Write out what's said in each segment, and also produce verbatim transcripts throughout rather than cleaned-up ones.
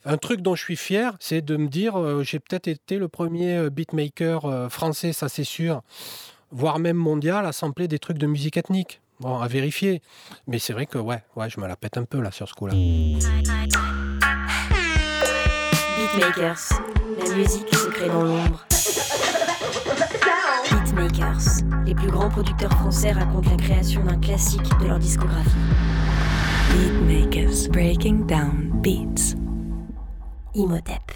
Un truc dont je suis fier, c'est de me dire euh, j'ai peut-être été le premier beatmaker euh, français, ça c'est sûr, voire même mondial, à sampler des trucs de musique ethnique. Bon, à vérifier. Mais c'est vrai que ouais, ouais, je me la pète un peu là sur ce coup-là. Beatmakers, la musique se crée dans l'ombre. Beatmakers, les plus grands producteurs français racontent la création d'un classique de leur discographie. Beatmakers, breaking down beats. Imhotep.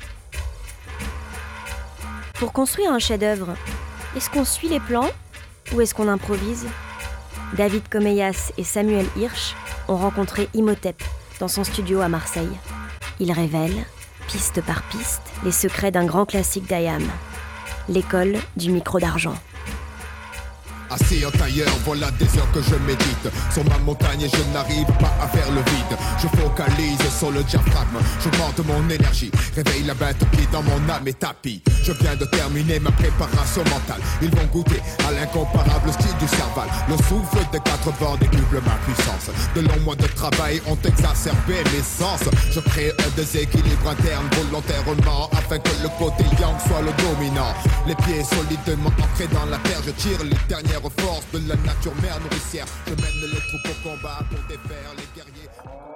Pour construire un chef-d'œuvre, est-ce qu'on suit les plans ou est-ce qu'on improvise ? David Comeyas et Samuel Hirsch ont rencontré Imhotep dans son studio à Marseille. Ils révèlent, piste par piste, les secrets d'un grand classique d'I A M, l'école du micro d'argent. Assis en tailleur, voilà des heures que je médite sur ma montagne et je n'arrive pas à faire le vide. Je focalise sur le diaphragme, j'augmente mon énergie, réveille la bête qui dans mon âme est tapis. Je viens de terminer ma préparation mentale. Ils vont goûter à l'incomparable style du Serval. Le souffle des quatre vents décuple ma puissance. De longs mois de travail ont exacerbé mes sens. Je crée un déséquilibre interne volontairement afin que le côté yang soit le dominant. Les pieds solidement ancrés dans la terre, je tire les dernières force de la nature mère nourricière. Je mène les troupes au combat pour défaire les guerriers.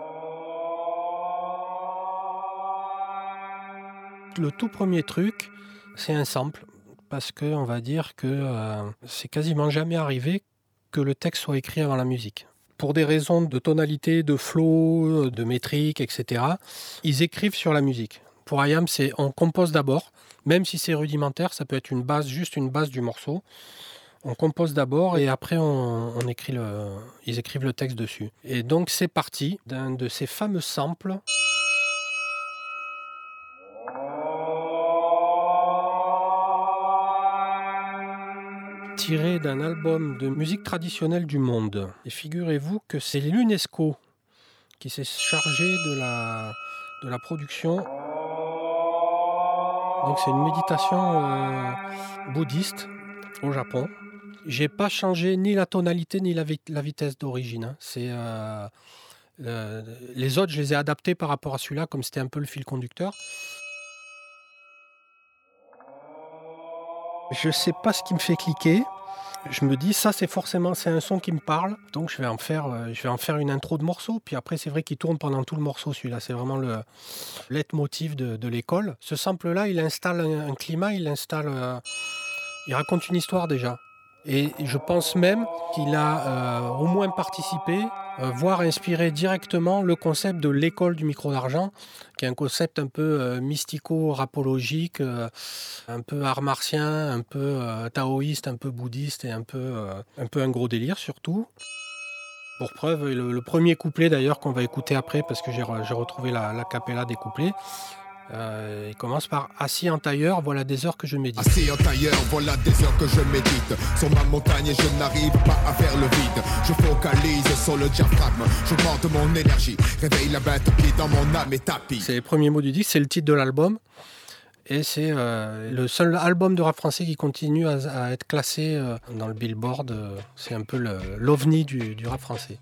Le tout premier truc, c'est un sample. Parce que on va dire que euh, c'est quasiment jamais arrivé que le texte soit écrit avant la musique. Pour des raisons de tonalité, de flow, de métrique, et cetera, ils écrivent sur la musique. Pour I A M, c'est on compose d'abord, même si c'est rudimentaire, ça peut être une base, juste une base du morceau. On compose d'abord et après on, on écrit le, ils écrivent le texte dessus. Et donc c'est parti d'un de ces fameux samples. Tiré d'un album de musique traditionnelle du monde. Et figurez-vous que c'est l'UNESCO qui s'est chargé de la, de la production. Donc c'est une méditation euh, bouddhiste au Japon. J'ai pas changé ni la tonalité ni la, vi- la vitesse d'origine. Hein. C'est, euh, euh, les autres, je les ai adaptés par rapport à celui-là, comme c'était un peu le fil conducteur. Je sais pas ce qui me fait cliquer. Je me dis, ça, c'est forcément c'est un son qui me parle. Donc, je vais en faire, euh, je vais en faire une intro de morceau. Puis après, c'est vrai qu'il tourne pendant tout le morceau, celui-là. C'est vraiment le leitmotiv de, de l'école. Ce sample-là, il installe un, un climat, il installe... Euh, il raconte une histoire déjà. Et je pense même qu'il a euh, au moins participé, euh, voire inspiré directement le concept de l'école du micro d'argent, qui est un concept un peu euh, mystico-rapologique, euh, un peu art martien, un peu euh, taoïste, un peu bouddhiste et un peu, euh, un peu un gros délire surtout. Pour preuve, le, le premier couplet d'ailleurs qu'on va écouter après, parce que j'ai, re, j'ai retrouvé la, la cappella des couplets, Euh, il commence par « Assis en tailleur, voilà des heures que je médite ». Assis en tailleur, voilà des heures que je médite. Sur ma montagne et je n'arrive pas à faire le vide. Je focalise sur le diaphragme, j'augmente mon énergie, réveille la bête qui dans mon âme est tapis. C'est les premiers mots du disque, c'est le titre de l'album. Et c'est euh, le seul album de rap français qui continue à, à être classé euh, dans le Billboard. Euh, c'est un peu le, l'ovni du, du rap français.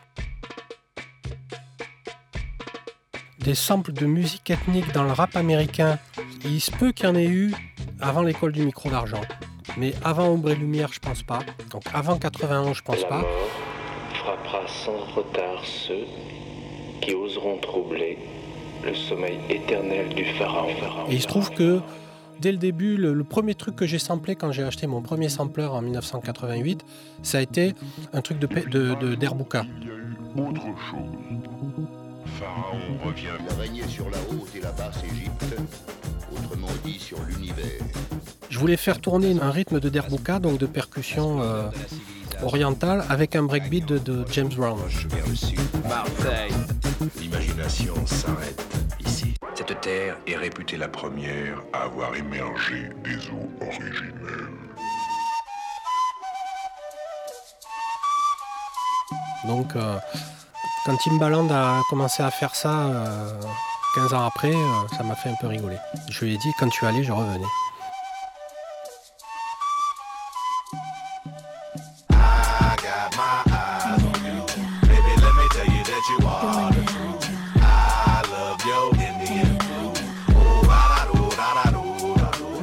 Des samples de musique ethnique dans le rap américain, il se peut qu'il y en ait eu avant l'école du micro d'argent. Mais avant Ombre et Lumière, je pense pas. Donc avant quatre-vingt-onze, je pense La pas. mort frappera sans retard ceux qui oseront troubler le sommeil éternel du pharaon. Et il se trouve que dès le début, le, le premier truc que j'ai samplé quand j'ai acheté mon premier sampler en dix-neuf cent quatre-vingt-huit, ça a été un truc de, de, de, d'Herbuka. Il y a eu autre chose. Pharaon revient. Il a régné sur la haute et la basse Égypte, autrement dit sur l'univers. Je voulais faire tourner un rythme de Derbuka, donc de percussion euh, orientale, avec un breakbeat de, de James Brown. Vers le sud. Marseille. L'imagination s'arrête ici. Cette terre est réputée la première à avoir émergé des eaux originelles. Donc, euh, quand Timbaland a commencé à faire ça euh, quinze ans après, euh, ça m'a fait un peu rigoler. Je lui ai dit, quand tu allais, je revenais.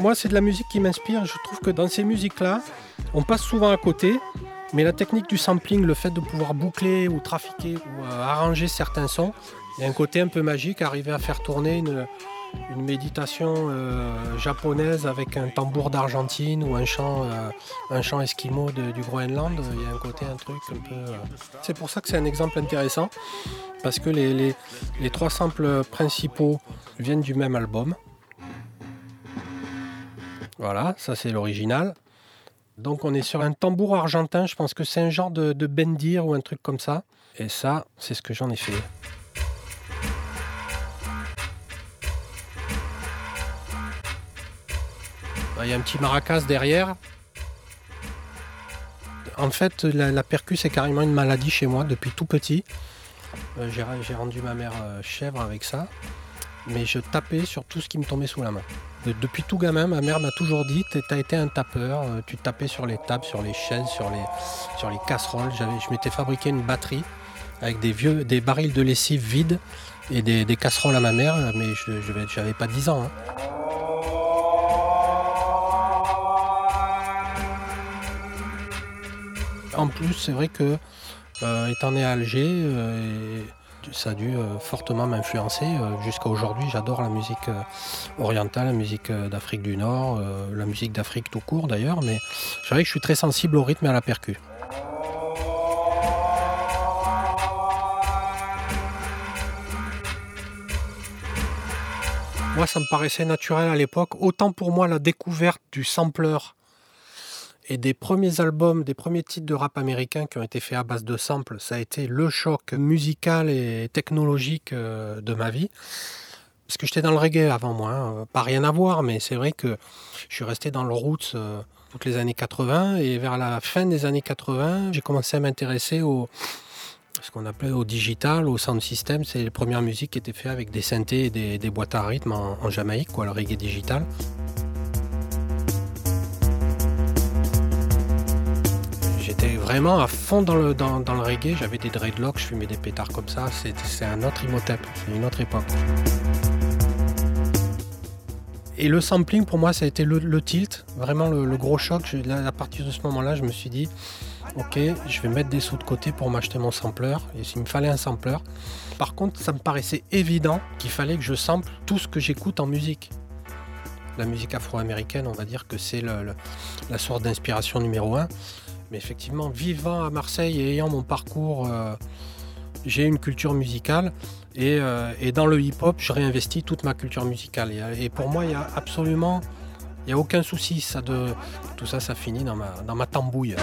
moi, c'est de la musique qui m'inspire. Je trouve que dans ces musiques-là, on passe souvent à côté, mais la technique du sampling, le fait de pouvoir boucler ou trafiquer ou euh, arranger certains sons, il y a un côté un peu magique, arriver à faire tourner une, une méditation euh, japonaise avec un tambour d'Argentine ou un chant, euh, un chant esquimau de, du Groenland. Il y a un côté, un truc un peu... Euh... C'est pour ça que c'est un exemple intéressant, parce que les, les, les trois samples principaux viennent du même album. Voilà, ça c'est l'original. Donc on est sur un tambour argentin, je pense que c'est un genre de, de bendir ou un truc comme ça. Et ça, c'est ce que j'en ai fait. Il y a un petit maracas derrière. En fait, la, la percu, c'est carrément une maladie chez moi depuis tout petit. Euh, j'ai, j'ai rendu ma mère euh, chèvre avec ça. Mais je tapais sur tout ce qui me tombait sous la main. De, depuis tout gamin, ma mère m'a toujours dit « t'as été un tapeur, tu tapais sur les tables, sur les chaises, sur les, sur les casseroles. » J'avais, je m'étais fabriqué une batterie avec des, vieux, des barils de lessive vides et des, des casseroles à ma mère, mais je, je, j'avais pas dix ans. Hein. En plus, c'est vrai que, euh, étant né à Alger, euh, et ça a dû euh, fortement m'influencer. Euh, jusqu'à aujourd'hui, j'adore la musique euh, orientale, la musique euh, d'Afrique du Nord, euh, la musique d'Afrique tout court d'ailleurs, mais c'est vrai que je suis très sensible au rythme et à la percu. Moi, ça me paraissait naturel à l'époque. Autant pour moi, la découverte du sampler et des premiers albums, des premiers titres de rap américain qui ont été faits à base de samples, ça a été le choc musical et technologique de ma vie. Parce que j'étais dans le reggae avant moi, hein. Pas rien à voir, mais c'est vrai que je suis resté dans le roots euh, toutes les années quatre-vingts, et vers la fin des années quatre-vingts, j'ai commencé à m'intéresser au ce qu'on appelait au digital, au sound system. C'est les premières musiques qui étaient faites avec des synthés et des, des boîtes à rythme en, en Jamaïque, quoi, le reggae digital. J'étais vraiment à fond dans le, dans, dans le reggae, j'avais des dreadlocks, je fumais des pétards comme ça, c'est, c'est un autre Imhotep, c'est une autre époque. Et le sampling pour moi ça a été le, le tilt, vraiment le, le gros choc. Je, là, à partir de ce moment-là je me suis dit ok, je vais mettre des sous de côté pour m'acheter mon sampler, et s'il me fallait un sampler. Par contre ça me paraissait évident qu'il fallait que je sample tout ce que j'écoute en musique. La musique afro-américaine, on va dire que c'est le, le, la sorte d'inspiration numéro un. Mais effectivement, vivant à Marseille et ayant mon parcours, euh, j'ai une culture musicale. Et, euh, et dans le hip-hop, je réinvestis toute ma culture musicale. Et, et pour moi, il n'y a absolument il y a aucun souci. Ça de, tout ça, ça finit dans ma, dans ma tambouille.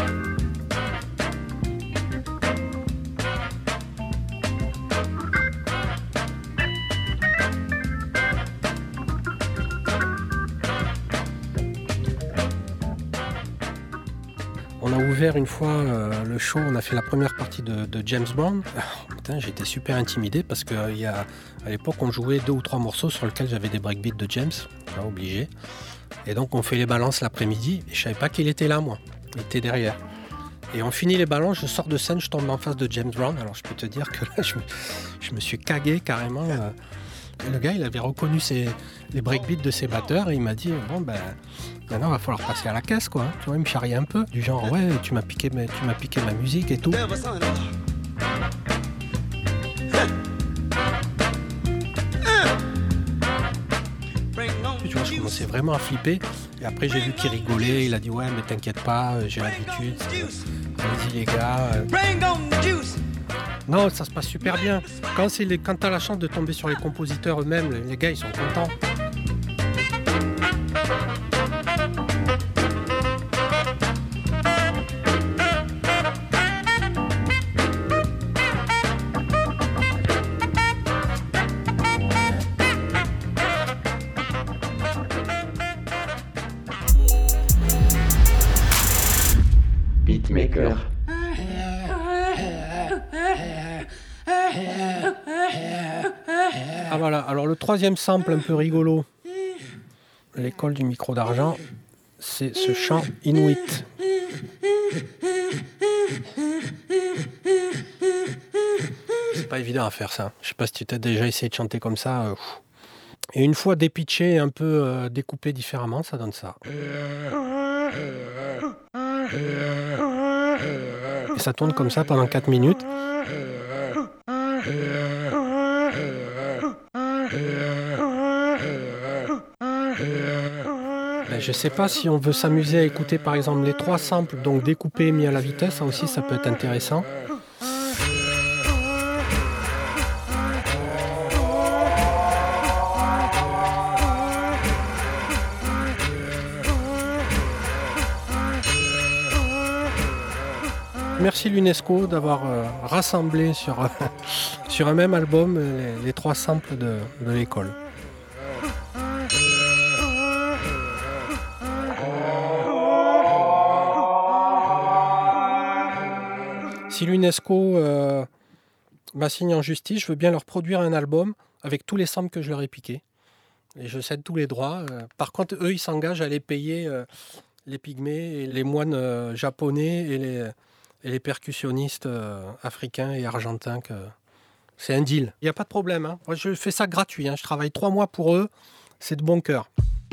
On a ouvert une fois euh, le show, on a fait la première partie de, de James Brown. Oh, putain, j'étais super intimidé parce qu'à euh, l'époque, on jouait deux ou trois morceaux sur lesquels j'avais des breakbeats de James, là, obligé. Et donc, on fait les balances l'après-midi et je savais pas qu'il était là, moi. Il était derrière. Et on finit les balances, je sors de scène, je tombe en face de James Brown. Alors, je peux te dire que là, je me, je me suis cagué carrément. Euh, Le gars, il avait reconnu ses, les breakbeats de ses batteurs et il m'a dit bon ben maintenant il va falloir passer à la caisse, quoi. Tu vois, il me charriait un peu du genre ouais, tu m'as piqué, mais tu m'as piqué ma musique et tout. Tu vois, je commençais vraiment à flipper et après j'ai vu qu'il rigolait. Il a dit ouais, mais t'inquiète pas, j'ai l'habitude. Allez-y les gars. Non, ça se passe super bien. Quand, c'est les, quand t'as la chance de tomber sur les compositeurs eux-mêmes, les gars, ils sont contents. Beatmaker. Ah voilà, alors le troisième sample un peu rigolo, l'école du micro d'argent, c'est ce chant Inuit. C'est pas évident à faire ça. Je sais pas si tu t'as déjà essayé de chanter comme ça. Euh, Et une fois dépitché et un peu euh, découpé différemment, ça donne ça. Et ça tourne comme ça pendant quatre minutes. Ben, je ne sais pas si on veut s'amuser à écouter par exemple les trois samples, donc découpés et mis à la vitesse, ça aussi ça peut être intéressant. Merci l'UNESCO d'avoir euh, rassemblé sur, euh, sur un même album les, les trois samples de, de l'école. Si l'UNESCO euh, m'assigne en justice, je veux bien leur produire un album avec tous les samples que je leur ai piqués. Et je cède tous les droits. Euh, par contre, eux, ils s'engagent à les payer euh, les pygmées et les moines euh, japonais et les... et les percussionnistes euh, africains et argentins. Que... C'est un deal. Il n'y a pas de problème. Hein. Moi, je fais ça gratuit. Hein. Je travaille trois mois pour eux. C'est de bon cœur.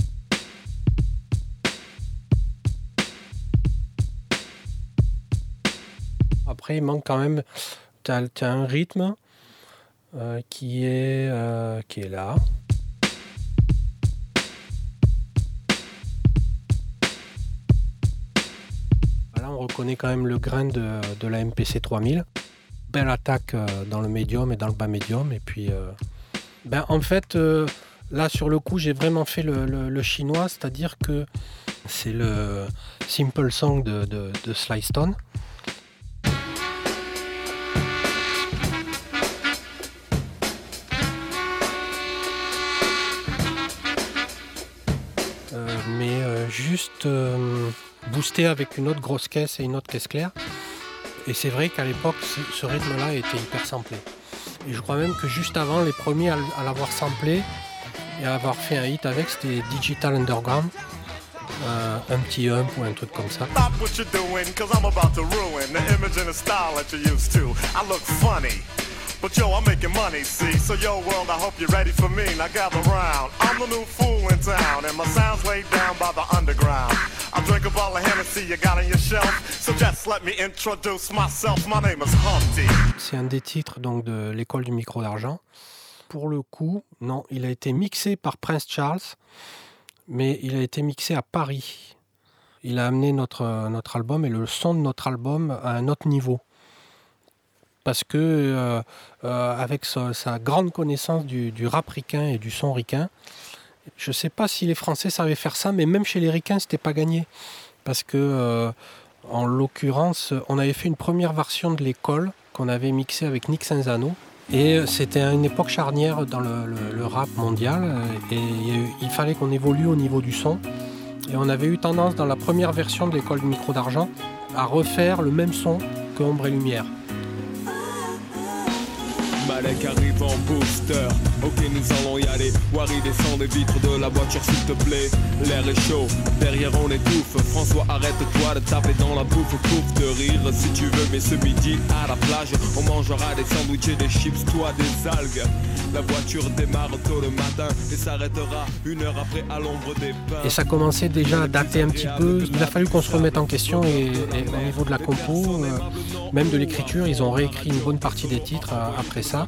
Après, il manque quand même... Tu as, tu as un rythme euh, qui, est, euh, qui est là. On reconnaît quand même le grain de, de la M P C trois mille. Belle attaque euh, dans le médium et dans le bas médium. Et puis, euh, ben, en fait, euh, là sur le coup, j'ai vraiment fait le, le, le chinois, c'est-à-dire que c'est le Simple Song de, de, de Sly Stone. Euh, mais euh, juste... Euh, boosté avec une autre grosse caisse et une autre caisse claire. Et c'est vrai qu'à l'époque, ce rythme-là était hyper samplé. Et je crois même que juste avant, les premiers à l'avoir samplé et à avoir fait un hit avec, c'était Digital Underground. Euh, un petit hump ou un truc comme ça. But yo, I'm making money, see? So yo, world, I hope you're ready for me. Now gather round. I'm the new fool in town, and my sound's laid down by the underground. I drink a bottle of Hennessy you got on your shelf. So just let me introduce myself. My name is Humpty. C'est un des titres donc de l'école du micro d'argent. Pour le coup, non, il a été mixé par Prince Charles, mais il a été mixé à Paris. Il a amené notre, notre album et le son de notre album à un autre niveau. Parce que euh, euh, avec sa, sa grande connaissance du, du rap ricain et du son ricain, je ne sais pas si les Français savaient faire ça, mais même chez les ricains, c'était pas gagné. Parce que, euh, en l'occurrence, on avait fait une première version de l'école qu'on avait mixée avec Nick Senzano. Et c'était à une époque charnière dans le, le, le rap mondial. Et il fallait qu'on évolue au niveau du son. Et on avait eu tendance, dans la première version de l'école du micro d'argent, à refaire le même son que Ombre et Lumière. Malek arrive en booster, ok nous allons y aller. Wari descend des vitres de la voiture s'il te plaît. L'air est chaud, derrière on étouffe. François arrête-toi de taper dans la bouffe. Pouf de rire si tu veux, mais ce midi à la plage on mangera des sandwichs et des chips, toi des algues. La voiture démarre tôt le matin et s'arrêtera une heure après à l'ombre des pins. Et ça commençait déjà à dater un petit peu. Il a fallu qu'on se remette en question et, et au niveau de la compo, euh, même de l'écriture, ils ont réécrit une bonne partie des titres euh, après ça.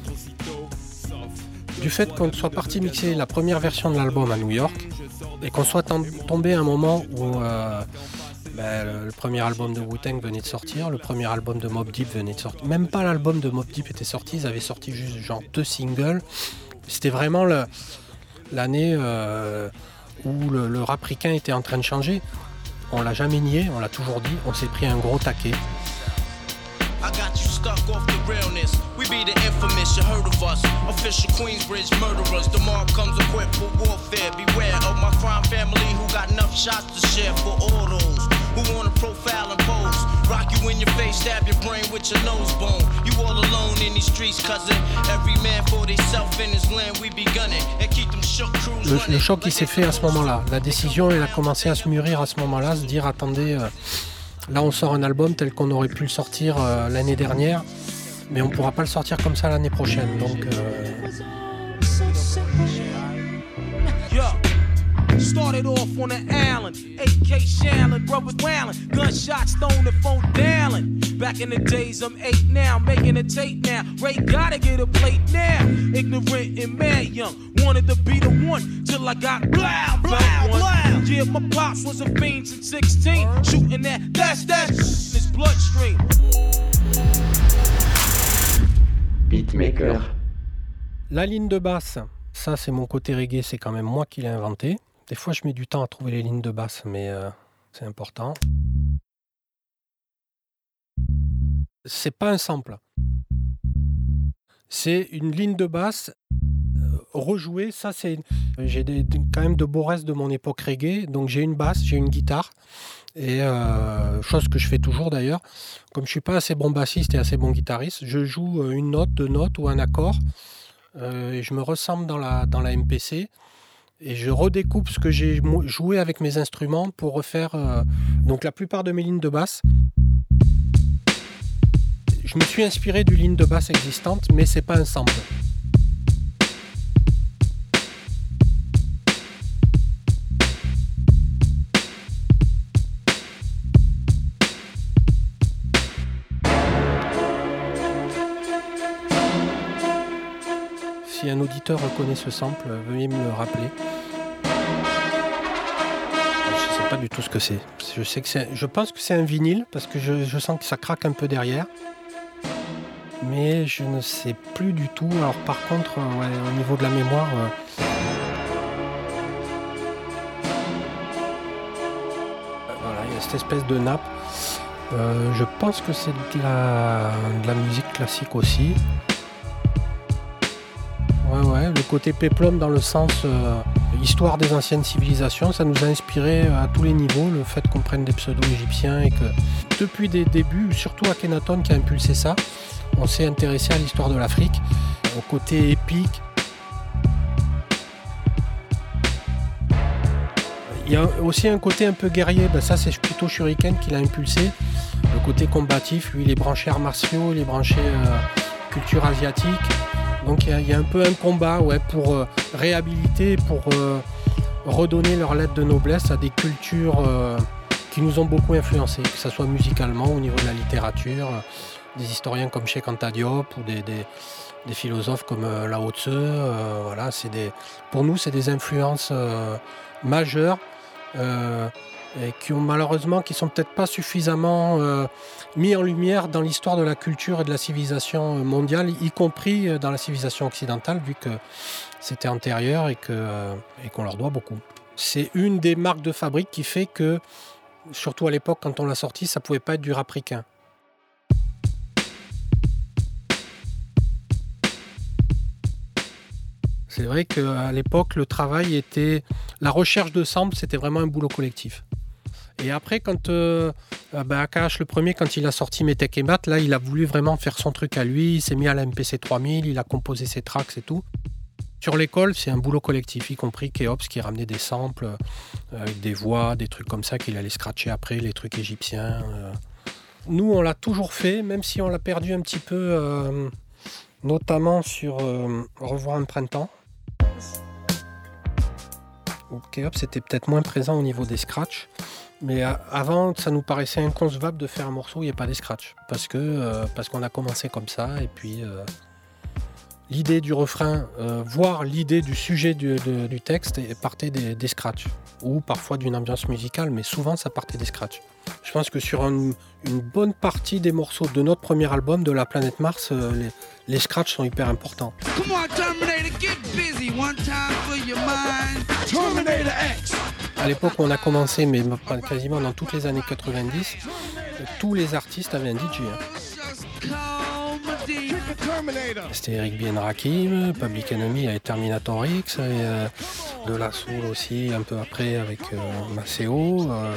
Du fait qu'on soit parti mixer la première version de l'album à New York et qu'on soit tombé à un moment où euh, ben, le, le premier album de Wu-Tang venait de sortir, le premier album de Mobb Deep venait de sortir, même pas l'album de Mobb Deep était sorti, ils avaient sorti juste genre deux singles. C'était vraiment le, l'année euh, où le, le rap ricain était en train de changer. On l'a jamais nié, on l'a toujours dit, on s'est pris un gros taquet. I got you stuck off the realness. We be the infamous, you heard of us. Official Queensbridge murderers. The mob comes equipped for warfare. Beware of my crime family who got enough shots to share for all those who wanna profile and pose. Rock you in your face, stab your brain with your nose bone. You all alone in these streets, cousin. Every man for theyself in his land. We be gunning and keep them shook crews running. Le, le choc qui s'est fait à ce moment-là. La décision, elle a commencé à se mûrir à ce moment-là, se dire attendez. Euh, Là, on sort un album tel qu'on aurait pu le sortir euh, l'année dernière, mais on ne pourra pas le sortir comme ça l'année prochaine. Donc, euh... Started off on an island, A K Shallon, brothers wailing, gunshots thrown and phone dialing. Back in the days, I'm eight now, making a tape now. Ray gotta get a plate now. Ignorant and mad young, wanted to be the one till I got blah blah blah. Yeah, my pops was a fiend since sixteen, shooting that that's that in his bloodstream. Beatmaker. La ligne de basse, ça c'est mon côté reggae, c'est quand même moi qui l'ai inventé. Des fois je mets du temps à trouver les lignes de basse, mais euh, c'est important. C'est pas un sample. C'est une ligne de basse euh, rejouée. Ça, c'est j'ai des, des, quand même de beaux restes de mon époque reggae. Donc j'ai une basse, j'ai une guitare. Et euh, chose que je fais toujours d'ailleurs. Comme je suis pas assez bon bassiste et assez bon guitariste, je joue une note, deux notes ou un accord. Euh, et je me ressemble dans la, dans la M P C. Et je redécoupe ce que j'ai joué avec mes instruments pour refaire euh, donc la plupart de mes lignes de basse. Je me suis inspiré d'une ligne de basse existante, mais c'est pas un sample. Si un auditeur reconnaît ce sample, veuillez me le rappeler. Je sais pas du tout ce que c'est. Je sais que c'est, je pense que c'est un vinyle parce que je, je sens que ça craque un peu derrière. Mais je ne sais plus du tout. Alors par contre, ouais, au niveau de la mémoire, euh... voilà, il y a cette espèce de nappe. Euh, je pense que c'est de la, de la musique classique aussi. Ouais, ouais, le côté péplum dans le sens euh, histoire des anciennes civilisations, ça nous a inspiré à tous les niveaux, le fait qu'on prenne des pseudos égyptiens et que depuis des débuts, surtout Akhenaton qui a impulsé ça, on s'est intéressé à l'histoire de l'Afrique, au côté épique. Il y a aussi un côté un peu guerrier, ben ça c'est plutôt Shuriken qui l'a impulsé. Le côté combatif, lui il est branché arts martiaux, il est branché euh, culture asiatique. Donc il y, y a un peu un combat ouais, pour euh, réhabiliter, pour euh, redonner leur lettre de noblesse à des cultures euh, qui nous ont beaucoup influencés, que ce soit musicalement, au niveau de la littérature. Des historiens comme Cheikh Anta Diop ou des, des, des philosophes comme euh, Lao Tse. Euh, voilà, c'est des, pour nous, c'est des influences euh, majeures euh, et qui ont malheureusement, qui sont peut-être pas suffisamment euh, mis en lumière dans l'histoire de la culture et de la civilisation mondiale, y compris dans la civilisation occidentale, vu que c'était antérieur et, que, euh, et qu'on leur doit beaucoup. C'est une des marques de fabrique qui fait que, surtout à l'époque, quand on l'a sorti, ça pouvait pas être du rap ricain. C'est vrai qu'à l'époque, le travail était... La recherche de samples, c'était vraiment un boulot collectif. Et après, quand euh, bah, Akash, le premier, quand il a sorti Metek et Mat, là, il a voulu vraiment faire son truc à lui. Il s'est mis à la M P C trois mille, il a composé ses tracks et tout. Sur l'école, c'est un boulot collectif, y compris Keops qui ramenait des samples, euh, avec des voix, des trucs comme ça qu'il allait scratcher après, les trucs égyptiens. Euh. Nous, on l'a toujours fait, même si on l'a perdu un petit peu, euh, notamment sur euh, Revoir un printemps. Keops était peut-être moins présent au niveau des scratchs, mais avant ça nous paraissait inconcevable de faire un morceau où il n'y ait pas des scratchs, parce que euh, parce qu'on a commencé comme ça, et puis euh, l'idée du refrain, euh, voire l'idée du sujet du, de, du texte partait des, des scratchs, ou parfois d'une ambiance musicale, mais souvent ça partait des scratchs. Je pense que sur un, une bonne partie des morceaux de notre premier album de la planète Mars, euh, les, les scratchs sont hyper importants. Come on, Terminator, get busy. One time for your mind. Terminator X. À l'époque où on a commencé, mais quasiment dans toutes les années quatre-vingt-dix, tous les artistes avaient un D J. Hein. C'était Eric B. Rakim, Public Enemy avec Terminator X, et euh, De La Soul aussi un peu après avec euh, Maceo. Euh.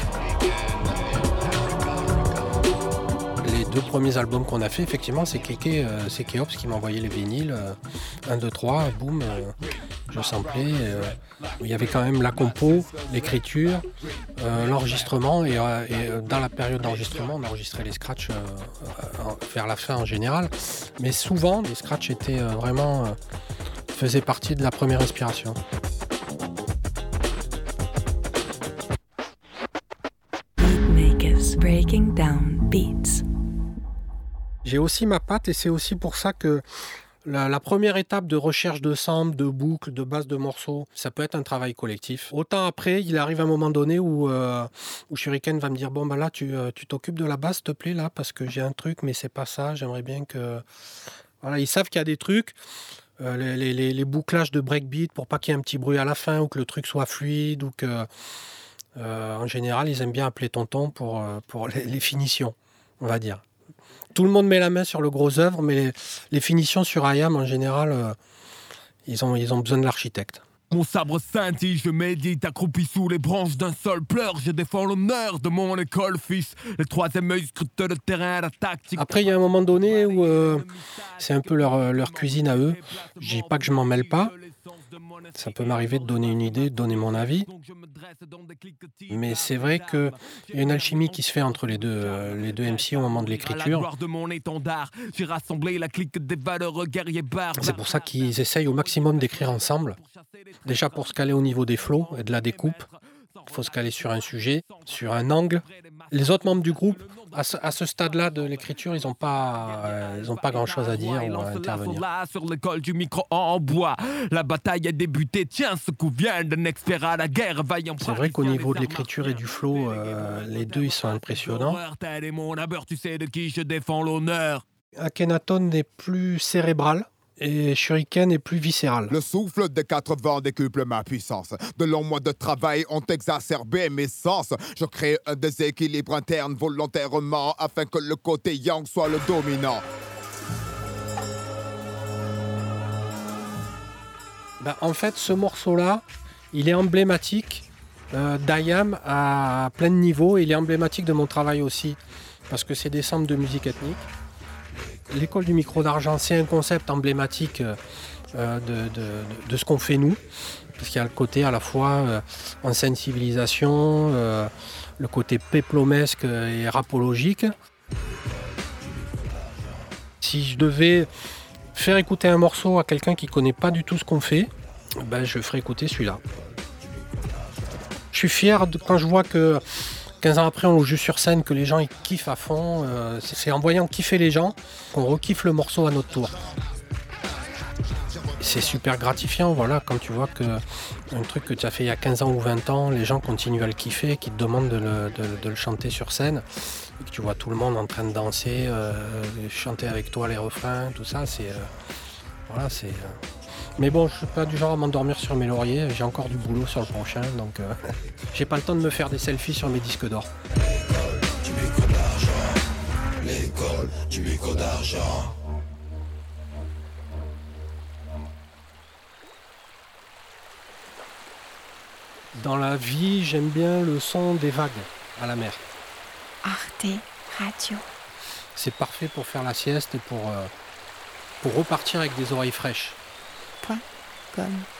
Les deux premiers albums qu'on a fait, effectivement, c'est Keke, euh, c'est Keops qui m'a envoyé les vinyles, euh, un, deux, trois, boum, euh, je samplais. Euh, il y avait quand même la compo, l'écriture, euh, l'enregistrement, et, euh, et dans la période d'enregistrement, on enregistrait les scratchs euh, vers la fin en général, mais souvent les scratchs étaient euh, vraiment euh, faisaient partie de la première inspiration. Breaking Down Beats. J'ai aussi ma patte et c'est aussi pour ça que la, la première étape de recherche de samples, de boucles, de bases de morceaux, ça peut être un travail collectif. Autant après, il arrive un moment donné où, euh, où Shuriken va me dire « Bon, bah là, tu, euh, tu t'occupes de la basse, s'il te plaît, là, parce que j'ai un truc, mais c'est pas ça, j'aimerais bien que... » Voilà, ils savent qu'il y a des trucs, euh, les, les, les, les bouclages de breakbeat pour pas qu'il y ait un petit bruit à la fin ou que le truc soit fluide ou que... Euh, en général, ils aiment bien appeler tonton pour, euh, pour les, les finitions, on va dire. Tout le monde met la main sur le gros œuvre, mais les, les finitions sur I A M, en général, euh, ils, ont, ils ont besoin de l'architecte. Mon sabre scintille, je médite, accroupi sous les branches d'un sol pleure. Je défends l'honneur de mon école, fils. Le troisième œil scrute le terrain, la tactique. Après, il y a un moment donné où euh, c'est un peu leur, leur cuisine à eux. Je dis pas que je m'en mêle pas. Ça peut m'arriver de donner une idée, de donner mon avis. Mais c'est vrai qu'il y a une alchimie qui se fait entre les deux, euh, les deux M C au moment de l'écriture. C'est pour ça qu'ils essayent au maximum d'écrire ensemble. Déjà pour se caler au niveau des flows et de la découpe. Il faut se caler sur un sujet, sur un angle. Les autres membres du groupe, à ce, à ce stade-là de l'écriture, ils n'ont pas, euh, ils ont pas grand-chose à dire ou à intervenir. Sur l'école du micro en bois, la bataille a débuté. Tiens, ce coup vient d'un expert à la guerre. C'est vrai qu'au niveau de l'écriture et du flow, euh, les deux, ils sont impressionnants. Akhenaton n'est plus cérébral. Et Shuriken est plus viscéral. Le souffle des quatre vents décuple ma puissance. De longs mois de travail ont exacerbé mes sens. Je crée un déséquilibre interne volontairement afin que le côté yang soit le dominant. Ben, en fait, ce morceau-là, il est emblématique euh, d'I A M à plein de niveaux. Et il est emblématique de mon travail aussi. Parce que c'est des samples de musique ethnique. L'école du micro d'argent, c'est un concept emblématique euh, de, de, de, de ce qu'on fait nous, parce qu'il y a le côté à la fois euh, en sensibilisation, euh, le côté péplomesque et rapologique. Si je devais faire écouter un morceau à quelqu'un qui ne connaît pas du tout ce qu'on fait, ben je ferais écouter celui-là. Je suis fier de, quand je vois que quinze ans après, on joue sur scène, que les gens ils kiffent à fond. Euh, c'est en voyant kiffer les gens qu'on rekiffe le morceau à notre tour. C'est super gratifiant, voilà, quand tu vois qu'un truc que tu as fait il y a quinze ans ou vingt ans, les gens continuent à le kiffer, qu'ils te demandent de le, de, de le chanter sur scène, et que tu vois tout le monde en train de danser, euh, chanter avec toi les refrains, tout ça, c'est... Euh, voilà, c'est... Euh... Mais bon, je suis pas du genre à m'endormir sur mes lauriers, j'ai encore du boulot sur le prochain, donc euh, j'ai pas le temps de me faire des selfies sur mes disques d'or. L'école du micro d'argent, l'école du micro d'argent. Dans la vie, j'aime bien le son des vagues à la mer. Arte Radio. C'est parfait pour faire la sieste et pour, euh, pour repartir avec des oreilles fraîches. Point com.